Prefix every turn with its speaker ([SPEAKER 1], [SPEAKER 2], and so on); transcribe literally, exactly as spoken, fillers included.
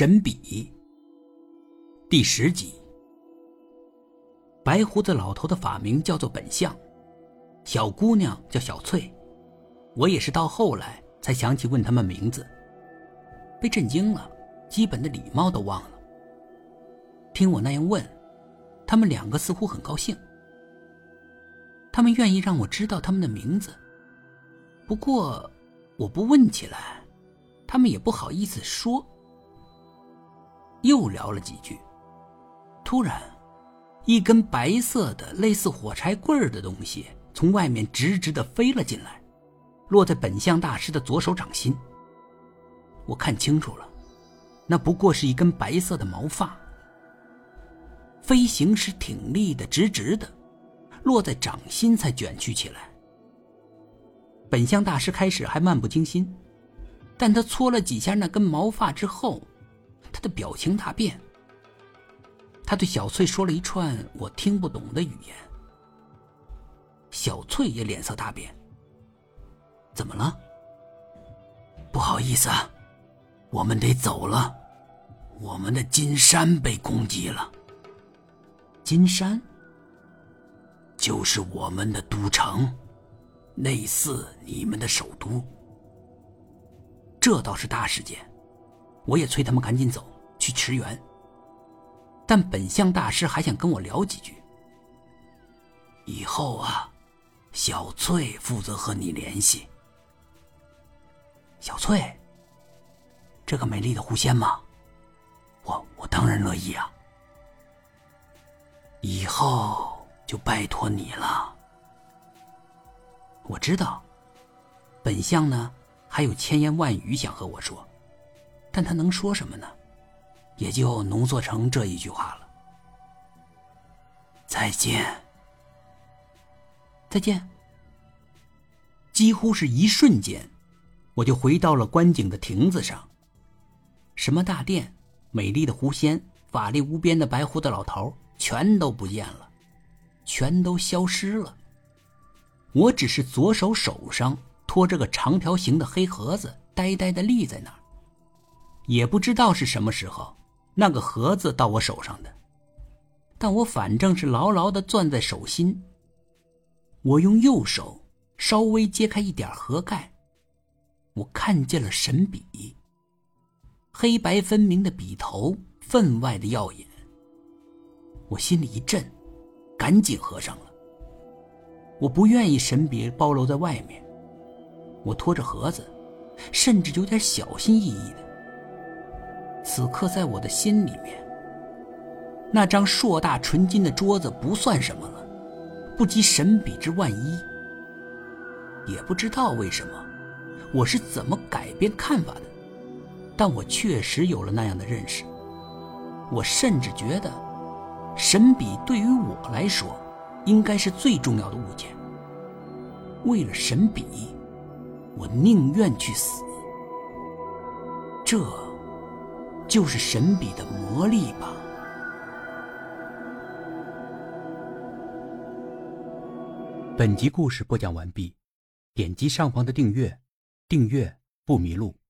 [SPEAKER 1] 神笔第十集。白胡子老头的法名叫做本相，小姑娘叫小翠，我也是到后来才想起问他们名字，被震惊了，基本的礼貌都忘了。听我那样问，他们两个似乎很高兴，他们愿意让我知道他们的名字，不过我不问起来，他们也不好意思说。又聊了几句，突然一根白色的类似火柴棍的东西从外面直直地飞了进来，落在本相大师的左手掌心。我看清楚了，那不过是一根白色的毛发，飞行时挺立的直直的，落在掌心才卷曲起来。本相大师开始还漫不经心，但他搓了几下那根毛发之后，他的表情大变。他对小翠说了一串我听不懂的语言，小翠也脸色大变。怎么了？不好意思啊，我们得走了，我们的金山被攻击了。金山？就是我们的都城，类似你们的首都。这倒是大事件，我也催他们赶紧走去驰援，但本相大师还想跟我聊几句。以后啊，小翠负责和你联系。小翠？这个美丽的狐仙吗？我我当然乐意啊。以后就拜托你了。我知道，本相呢还有千言万语想和我说，但他能说什么呢？也就浓缩成这一句话了。再见。再见。几乎是一瞬间，我就回到了观景的亭子上。什么大殿、美丽的狐仙、法力无边的白胡子老头，全都不见了，全都消失了。我只是左手手上托着个长条形的黑盒子，呆呆地立在那儿。也不知道是什么时候那个盒子到我手上的，但我反正是牢牢地攥在手心。我用右手稍微揭开一点盒盖，我看见了神笔，黑白分明的笔头分外的耀眼。我心里一震，赶紧合上了。我不愿意神笔暴露在外面，我拖着盒子，甚至有点小心翼翼的。此刻在我的心里面，那张硕大纯金的桌子不算什么了，不及神笔之万一。也不知道为什么，我是怎么改变看法的，但我确实有了那样的认识。我甚至觉得神笔对于我来说应该是最重要的物件。为了神笔，我宁愿去死。这就是神笔的魔力吧。本集故事播讲完毕，点击上方的订阅，订阅不迷路。